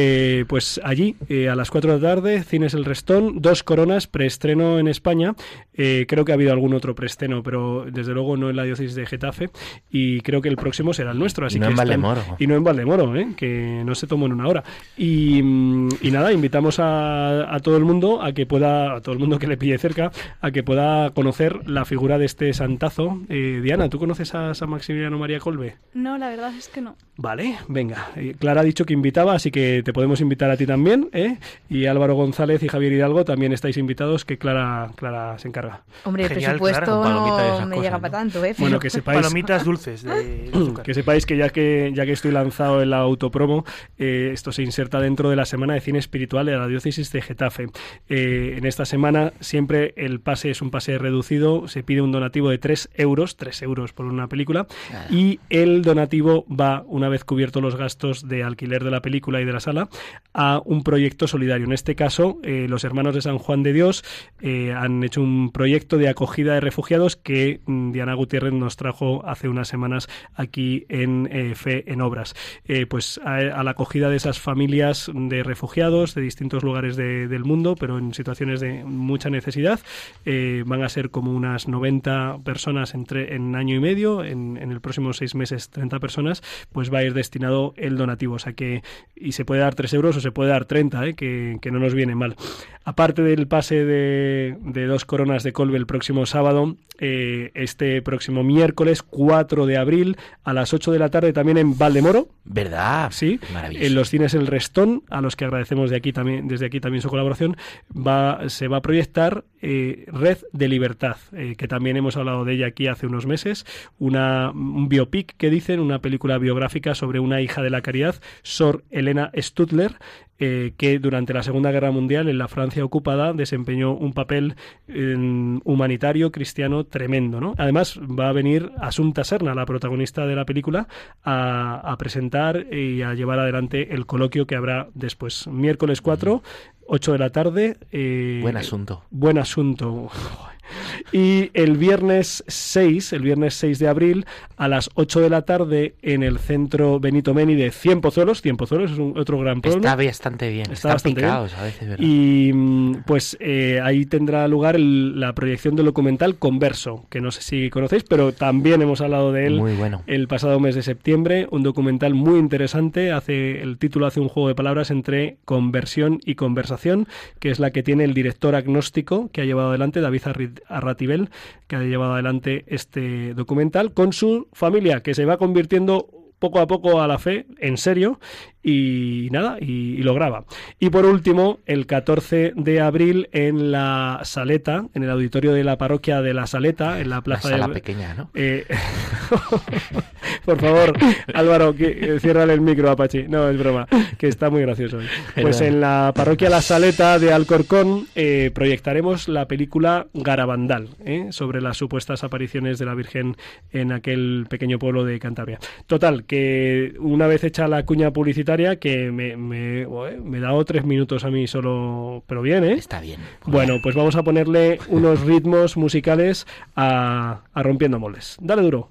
pues allí a las 4 de la tarde, cines El Restón, Dos Coronas, preestreno en España. Creo que ha habido algún otro preestreno, pero desde luego no en la diócesis de Getafe, y creo que el próximo será el nuestro. Así no que en Valdemoro. Y no en Valdemoro, que no se tomó en una hora. Y nada, invitamos a todo el mundo a que pueda, a todo el mundo que le pille cerca, a que pueda conocer la figura de este santazo. Diana, ¿tú conoces a San Maximiliano María Kolbe? No, la verdad es que no. Vale, venga. Clara ha dicho que invitaba, así que te podemos invitar a ti también, y Álvaro González y Javier Hidalgo también estáis invitados, que Clara se encarga. Hombre, el presupuesto no me llega para tanto, Bueno, que sepáis... Palomitas dulces de azúcar. Que sepáis que ya que estoy lanzado en la autopromo, esto se inserta dentro de la Semana de Cine Espiritual de la Diócesis de Getafe. En esta semana siempre el pase es un pase reducido, se pide un donativo de 3 euros por una película, y el donativo va, una vez cubiertos los gastos de alquiler de la película y de la sala, a un proyecto solidario. En este caso, los hermanos de San Juan de Dios han hecho un proyecto de acogida de refugiados que Diana Gutiérrez nos trajo hace unas semanas aquí en Fe en Obras. Pues a la acogida de esas familias de refugiados de distintos lugares del mundo, pero en situaciones de mucha necesidad, van a ser como unas 90 personas en año y medio, en el próximo 6 meses 30 personas, pues va a ir destinado el donativo, o sea que, y se puede dar 3 euros o se puede dar 30, que no nos viene mal. Aparte del pase de Dos Coronas de Kolbe el próximo sábado, este próximo miércoles 4 de abril a las 8 de la tarde también en Valdemoro. ¿Verdad? Sí, en los cines El Restón, a los que agradecemos desde aquí también su colaboración, se va a proyectar Red de Libertad, que también hemos hablado de ella aquí hace unos meses, un biopic que dicen, una película biográfica biográfica sobre una hija de la caridad, Sor Helena Stutler, que durante la Segunda Guerra Mundial en la Francia ocupada desempeñó un papel humanitario cristiano tremendo, ¿no? Además va a venir Assumpta Serna, la protagonista de la película, a presentar y a llevar adelante el coloquio que habrá después. Miércoles 4, 8 de la tarde. Buen asunto. Buen asunto. Y el viernes 6 de abril, a las 8 de la tarde, en el centro Benito Meni de Cienpozuelos. Cienpozuelos es otro gran pueblo. Está bastante bien. Están bastante picados bien. A veces, ¿verdad? Y pues ahí tendrá lugar la proyección del documental Converso, que no sé si conocéis, pero también hemos hablado de él muy bueno. El pasado mes de septiembre. Un documental muy interesante. El título hace un juego de palabras entre conversión y conversación, que es la que tiene el director agnóstico que ha llevado adelante, David Arratibel, que ha llevado adelante este documental con su familia, que se va convirtiendo poco a poco a la fe, en serio, y nada, y lo graba. Y por último, el 14 de abril en la Saleta, en el auditorio de la parroquia de la Saleta, en la plaza de... La pequeña, ¿no? Por favor, Álvaro, ciérrale el micro, Apache. No, es broma, que está muy gracioso. Pues en la parroquia La Saleta de Alcorcón proyectaremos la película Garabandal, sobre las supuestas apariciones de la Virgen en aquel pequeño pueblo de Cantabria. Total, que una vez hecha la cuña publicitaria, que me he dado 3 minutos a mí solo, pero bien, ¿eh? Está bien. Bueno, pues vamos a ponerle unos ritmos musicales a Rompiendo Moldes. Dale duro.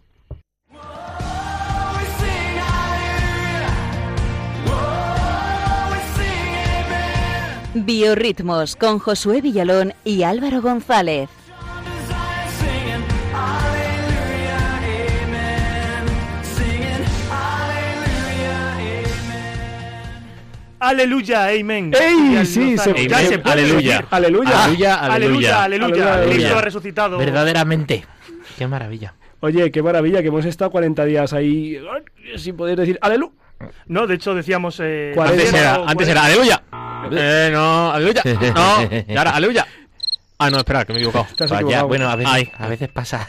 Biorritmos con Josué Villalón y Álvaro González. Aleluya, amén. ¡Ey! Sí, aleluya. Aleluya. Cristo ha resucitado. Verdaderamente. Qué maravilla. Oye, qué maravilla que hemos estado 40 días ahí sin poder decir aleluya. No, de hecho decíamos... Antes era aleluya. No, aleluya. No, y ahora aleluya. Ah, no, espera, que me he equivocado. Bueno, a veces pasa.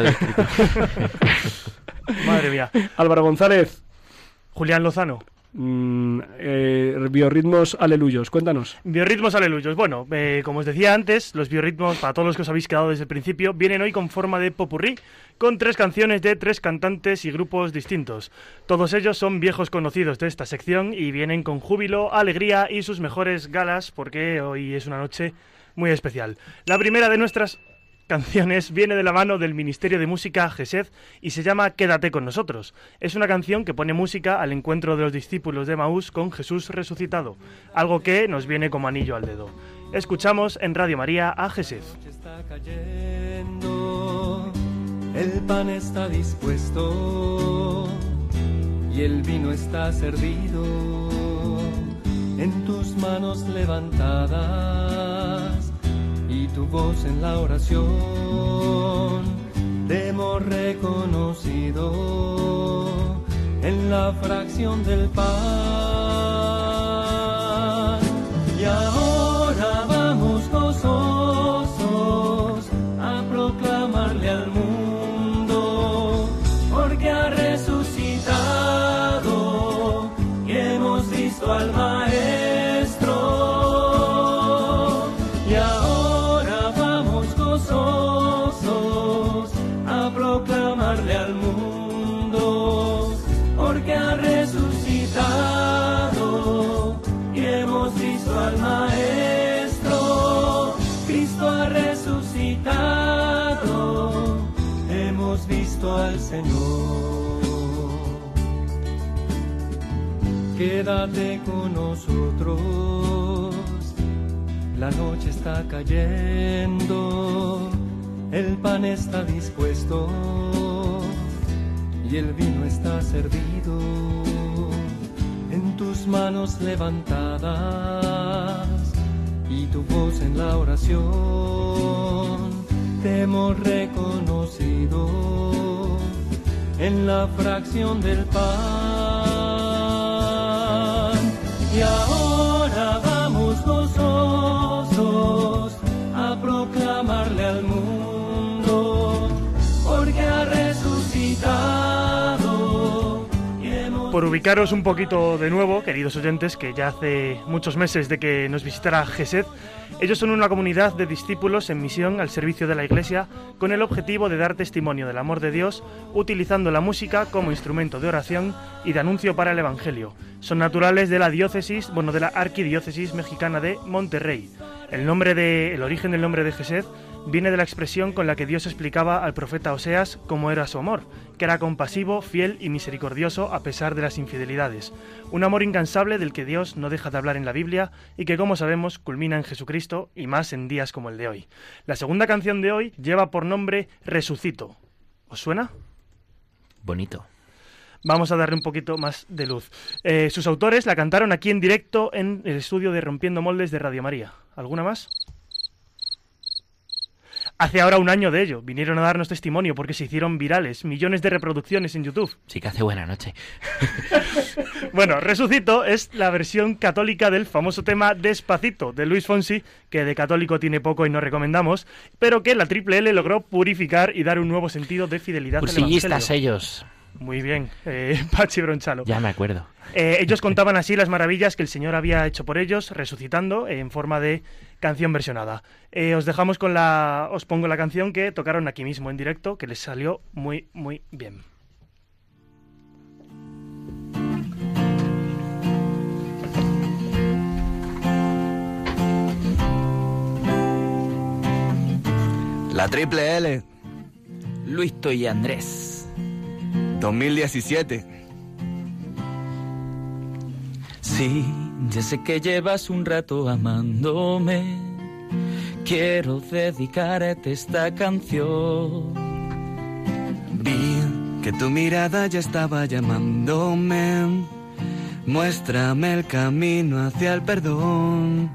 Madre mía. Álvaro González. Julián Lozano. Biorritmos aleluyos, cuéntanos. Biorritmos aleluyos. Bueno, como os decía antes, los biorritmos, para todos los que os habéis quedado desde el principio, vienen hoy con forma de popurrí, con 3 canciones de 3 cantantes y grupos distintos. Todos ellos son viejos conocidos de esta sección y vienen con júbilo, alegría y sus mejores galas, porque hoy es una noche muy especial. La primera de nuestras canciones viene de la mano del Ministerio de Música GESED y se llama Quédate con nosotros. Es una canción que pone música al encuentro de los discípulos de Emaús con Jesús resucitado, algo que nos viene como anillo al dedo. Escuchamos en Radio María a GESED. Está cayendo, el pan está dispuesto y el vino está servido, en tus manos levantadas y tu voz en la oración, te hemos reconocido en la fracción del pan. Y ahora vamos gozosos a proclamarle al mundo, porque ha resucitado y hemos visto al Maestro. Al mundo, porque ha resucitado y hemos visto al Maestro. Cristo ha resucitado, hemos visto al Señor. Quédate con nosotros, la noche está cayendo, el pan está dispuesto y el vino está servido, en tus manos levantadas y tu voz en la oración, te hemos reconocido en la fracción del pan. Y ahora vamos gozosos a proclamarle al mundo, porque ha resucitado. Por ubicaros un poquito de nuevo, queridos oyentes, que ya hace muchos meses de que nos visitara Gesed, ellos son una comunidad de discípulos en misión al servicio de la Iglesia con el objetivo de dar testimonio del amor de Dios utilizando la música como instrumento de oración y de anuncio para el Evangelio. Son naturales de la de la arquidiócesis mexicana de Monterrey. El origen del nombre de Gesed viene de la expresión con la que Dios explicaba al profeta Oseas cómo era su amor, que era compasivo, fiel y misericordioso a pesar de las infidelidades. Un amor incansable del que Dios no deja de hablar en la Biblia y que, como sabemos, culmina en Jesucristo y más en días como el de hoy. La segunda canción de hoy lleva por nombre Resucito. ¿Os suena? Bonito. Vamos a darle un poquito más de luz. Sus autores la cantaron aquí en directo en el estudio de Rompiendo Moldes de Radio María. ¿Alguna más? Hace ahora un año de ello. Vinieron a darnos testimonio porque se hicieron virales. Millones de reproducciones en YouTube. Sí que hace buena noche. Bueno, Resucito es la versión católica del famoso tema Despacito de Luis Fonsi, que de católico tiene poco y no recomendamos, pero que la Triple L logró purificar y dar un nuevo sentido de fidelidad al Evangelio. Cursillistas ellos. Muy bien, Pachi Bronchalo. Ya me acuerdo. Ellos contaban así las maravillas que el Señor había hecho por ellos, resucitando en forma de canción versionada. Os pongo la canción que tocaron aquí mismo en directo, que les salió muy, muy bien. La Triple L. Luisto y Andrés. 2017. Sí, ya sé que llevas un rato amándome. Quiero dedicarte esta canción. Vi que tu mirada ya estaba llamándome. Muéstrame el camino hacia el perdón.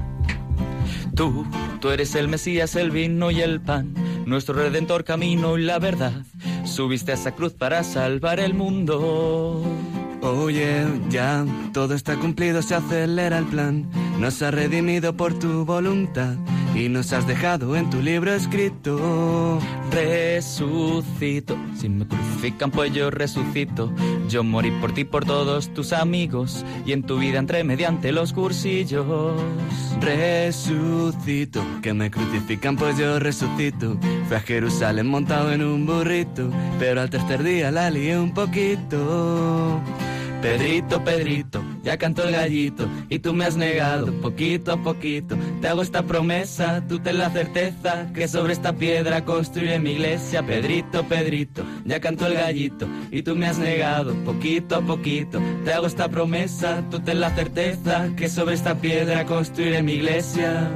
Tú eres el Mesías, el vino y el pan, nuestro redentor, camino y la verdad. Subiste a esa cruz para salvar el mundo. Oye, ya todo está cumplido, se acelera el plan. Nos has redimido por tu voluntad y nos has dejado en tu libro escrito. Resucito, si me crucifican pues yo resucito. Yo morí por ti, por todos tus amigos, y en tu vida entré mediante los cursillos. Resucito, que me crucifican pues yo resucito. Fui a Jerusalén montado en un burrito, pero al tercer día la lié un poquito. Pedrito, Pedrito, ya cantó el gallito y tú me has negado poquito a poquito. Te hago esta promesa, tú ten la certeza que sobre esta piedra construiré mi iglesia. Pedrito, Pedrito, ya cantó el gallito y tú me has negado poquito a poquito. Te hago esta promesa, tú ten la certeza que sobre esta piedra construiré mi iglesia.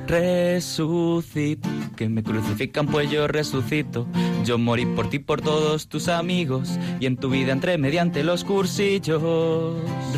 Resucito, que me crucifican pues yo resucito. Yo morí por ti, por todos tus amigos, y en tu vida entré mediante los cursillos.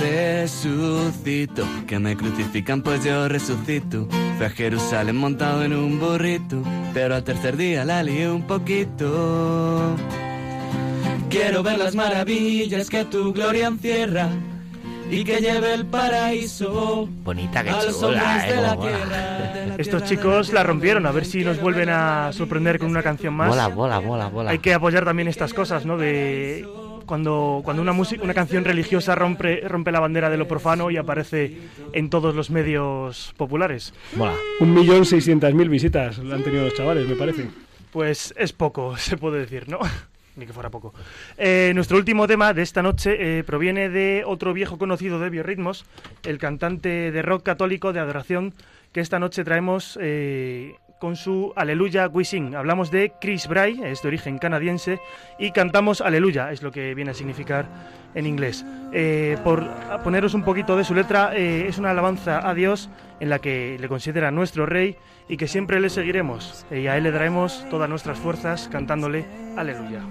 Resucito, que me crucifican pues yo resucito. Fui a Jerusalén montado en un burrito, pero al tercer día la lié un poquito. Quiero ver las maravillas que tu gloria encierra y que lleve el paraíso. Bonita, que a los hombres de la tierra. Estos chicos la rompieron, a ver si nos vuelven a sorprender con una canción más. Bola. Hay que apoyar también estas cosas, ¿no? De cuando una canción religiosa rompe la bandera de lo profano y aparece en todos los medios populares. Mola. 1.600.000 visitas han tenido los chavales, me parece. Pues es poco, se puede decir, ¿no? Ni que fuera poco. Nuestro último tema de esta noche proviene de otro viejo conocido de Biorritmos, el cantante de rock católico de adoración, que esta noche traemos con su Aleluya We Sing. Hablamos de Chris Bray, es de origen canadiense, y cantamos Aleluya, es lo que viene a significar en inglés. Por poneros un poquito de su letra, es una alabanza a Dios en la que le considera nuestro rey y que siempre le seguiremos, y a él le daremos todas nuestras fuerzas cantándole Aleluya.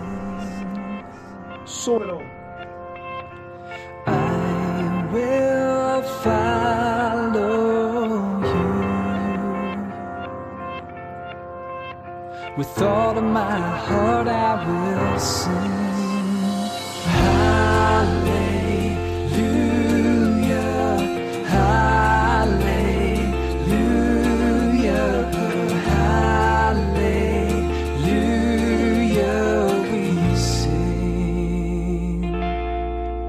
Súbelo. I will follow you. With all of my heart I will sing. Hallelujah, hallelujah, hallelujah we sing.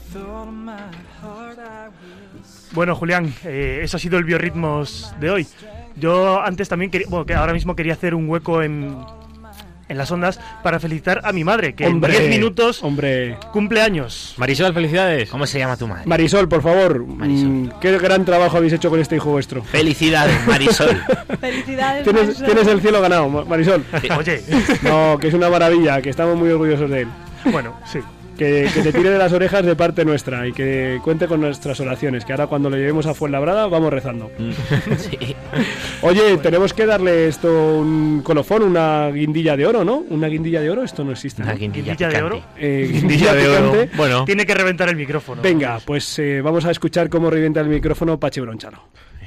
Bueno, Julián, eso ha sido el Biorritmos de hoy. Yo antes también quería, que ahora mismo quería hacer un hueco en las ondas para felicitar a mi madre, que en 10 minutos cumple años. Marisol, felicidades. ¿Cómo se llama tu madre? Marisol, por favor. Marisol. Qué gran trabajo habéis hecho con este hijo vuestro. Felicidades, Marisol. Felicidades, Marisol. Tienes el cielo ganado, Marisol. Oye. No, que es una maravilla, que estamos muy orgullosos de él. Bueno, sí. Que te tire de las orejas de parte nuestra y que cuente con nuestras oraciones, que ahora cuando lo llevemos a Fuenlabrada vamos rezando. Sí. Oye, tenemos que darle esto un colofón, una guindilla de oro, ¿no? ¿Una guindilla de oro? Esto no existe, ¿no? Una guindilla de oro. Guindilla de oro. Bueno, tiene que reventar el micrófono. Venga, pues vamos a escuchar cómo revienta el micrófono Pachi Bronchalo.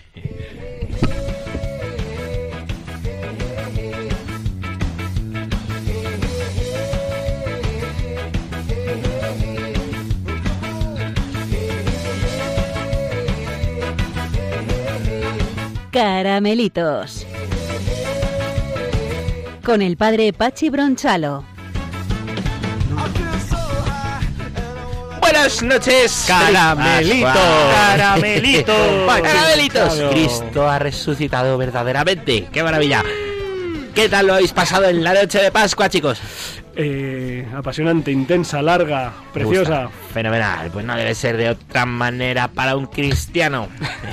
Caramelitos. Con el padre Pachi Bronchalo. Buenas noches, caramelitos. Caramelitos. Caramelitos. Cristo ha resucitado verdaderamente. ¡Qué maravilla! ¿Qué tal lo habéis pasado en la noche de Pascua, chicos? Apasionante, intensa, larga, preciosa. Fenomenal, pues no debe ser de otra manera para un cristiano.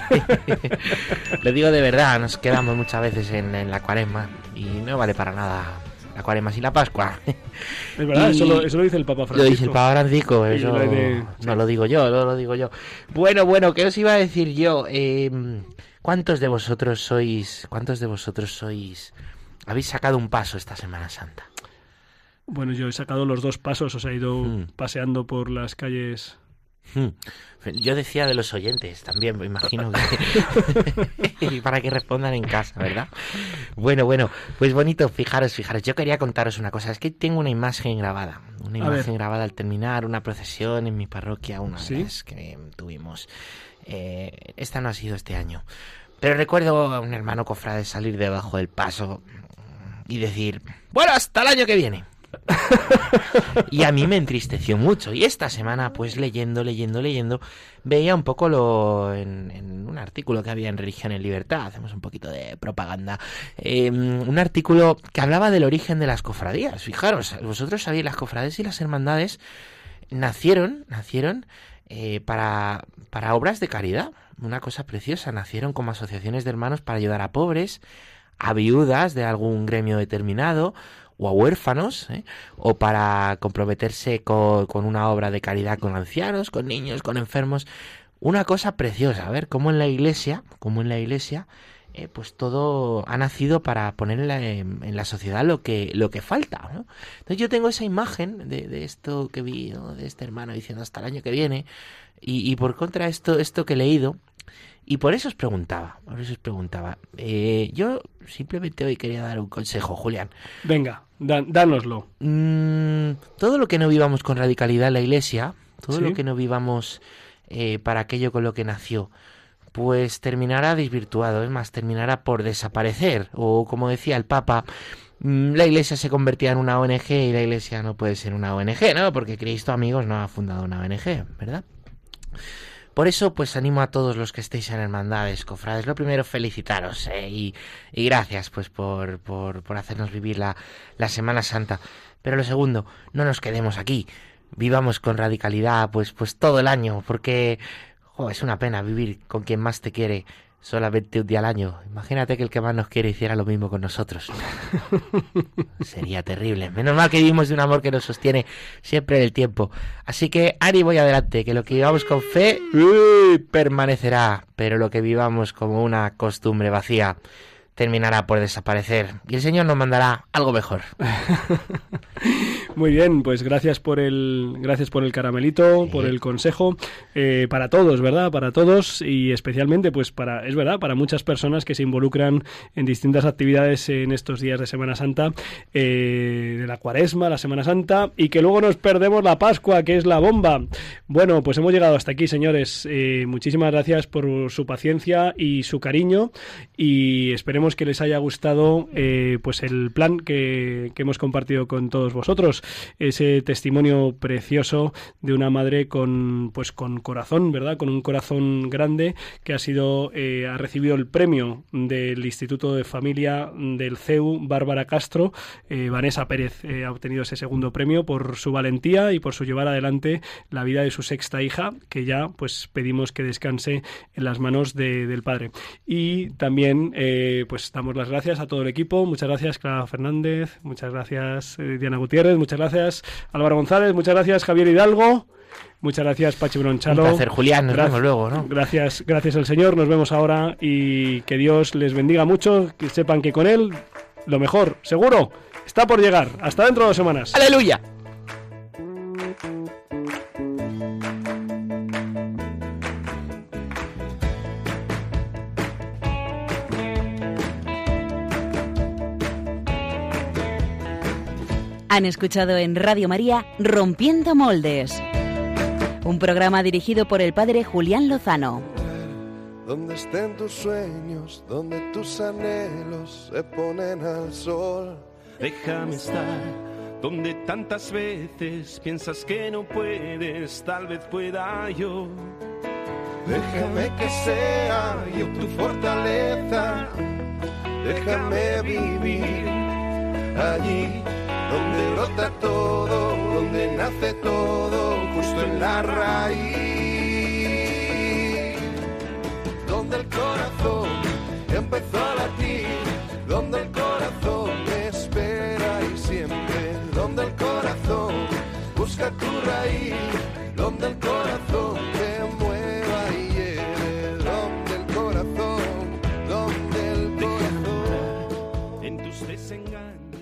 Lo digo de verdad, nos quedamos muchas veces en la Cuaresma y no vale para nada la Cuaresma sin la Pascua. Es verdad, eso lo dice el Papa Francisco. Lo dice el Papa Francisco, eso no lo digo yo, Bueno, ¿qué os iba a decir yo? ¿Cuántos de vosotros sois, habéis sacado un paso esta Semana Santa? Bueno, yo he sacado los 2 pasos, os he ido paseando por las calles. Yo decía de los oyentes también, me imagino que para que respondan en casa, ¿verdad? Bueno, pues bonito, fijaros, yo quería contaros una cosa, es que tengo una imagen grabada al terminar una procesión en mi parroquia, una vez que tuvimos. Esta no ha sido este año, pero recuerdo a un hermano cofrade salir debajo del paso y decir, bueno, hasta el año que viene. Y a mí me entristeció mucho. Y esta semana, pues leyendo, veía un poco en un artículo que había en Religión en Libertad, hacemos un poquito de propaganda, un artículo que hablaba del origen de las cofradías. Fijaros, vosotros sabéis, las cofradías y las hermandades nacieron para obras de caridad. Una cosa preciosa, nacieron como asociaciones de hermanos para ayudar a pobres, a viudas de algún gremio determinado, o a huérfanos, o para comprometerse con una obra de caridad con ancianos, con niños, con enfermos. Una cosa preciosa, a ver, cómo en la iglesia, pues todo ha nacido para poner en la sociedad lo que falta, ¿no? Entonces yo tengo esa imagen de esto que vi, ¿no? De este hermano diciendo hasta el año que viene, y por contra esto que he leído. Y por eso os preguntaba. Yo simplemente hoy quería dar un consejo, Julián. Venga, dánoslo. Todo lo que no vivamos con radicalidad en la Iglesia, todo lo que no vivamos para aquello con lo que nació, pues terminará desvirtuado, es más, terminará por desaparecer. O como decía el Papa, la Iglesia se convertía en una ONG y la Iglesia no puede ser una ONG, ¿no? Porque Cristo, amigos, no ha fundado una ONG, ¿verdad? Por eso, pues animo a todos los que estéis en hermandades, cofrades. Lo primero, felicitaros y gracias pues por hacernos vivir la Semana Santa. Pero lo segundo, no nos quedemos aquí. Vivamos con radicalidad pues todo el año, porque es una pena vivir con quien más te quiere solamente un día al año. Imagínate que el que más nos quiere hiciera lo mismo con nosotros. Sería terrible. Menos mal que vivimos de un amor que nos sostiene siempre en el tiempo. Así que ánimo y adelante, que lo que vivamos con fe permanecerá, pero lo que vivamos como una costumbre vacía terminará por desaparecer y el Señor nos mandará algo mejor. Muy bien, pues gracias por el caramelito, por el consejo, para todos, ¿verdad? Para todos y especialmente pues para muchas personas que se involucran en distintas actividades en estos días de Semana Santa, de la Cuaresma, la Semana Santa, y que luego nos perdemos la Pascua, que es la bomba. Bueno, pues hemos llegado hasta aquí, señores. Muchísimas gracias por su paciencia y su cariño, y esperemos que les haya gustado pues el plan que hemos compartido con todos vosotros. escuchamos ese testimonio precioso de una madre con corazón, ¿verdad? Con un corazón grande, que ha recibido el premio del Instituto de Familia del CEU Bárbara Castro. Vanessa Pérez ha obtenido ese segundo premio por su valentía y por su llevar adelante la vida de su sexta hija, que ya pues pedimos que descanse en las manos del Padre. Y también pues damos las gracias a todo el equipo. Muchas gracias Clara Fernández, muchas gracias Diana Gutiérrez, muchas gracias Álvaro González, muchas gracias Javier Hidalgo, muchas gracias Pachi Bronchalo. Un placer, Julián, nos vemos luego, ¿no? Gracias al Señor, nos vemos ahora y que Dios les bendiga mucho, que sepan que con Él lo mejor, seguro, está por llegar. Hasta dentro de 2 semanas. ¡Aleluya! Han escuchado en Radio María Rompiendo Moldes, un programa dirigido por el padre Julián Lozano. Donde estén tus sueños, donde tus anhelos se ponen al sol. Déjame estar donde tantas veces piensas que no puedes, tal vez pueda yo. Déjame que sea yo tu fortaleza, déjame vivir allí donde brota todo, donde nace todo, justo en la raíz, donde el corazón empezó a latir, donde el corazón me espera y siempre, donde el corazón busca tu raíz, donde el corazón te mueva y lleve, donde el corazón, en tus desengaños.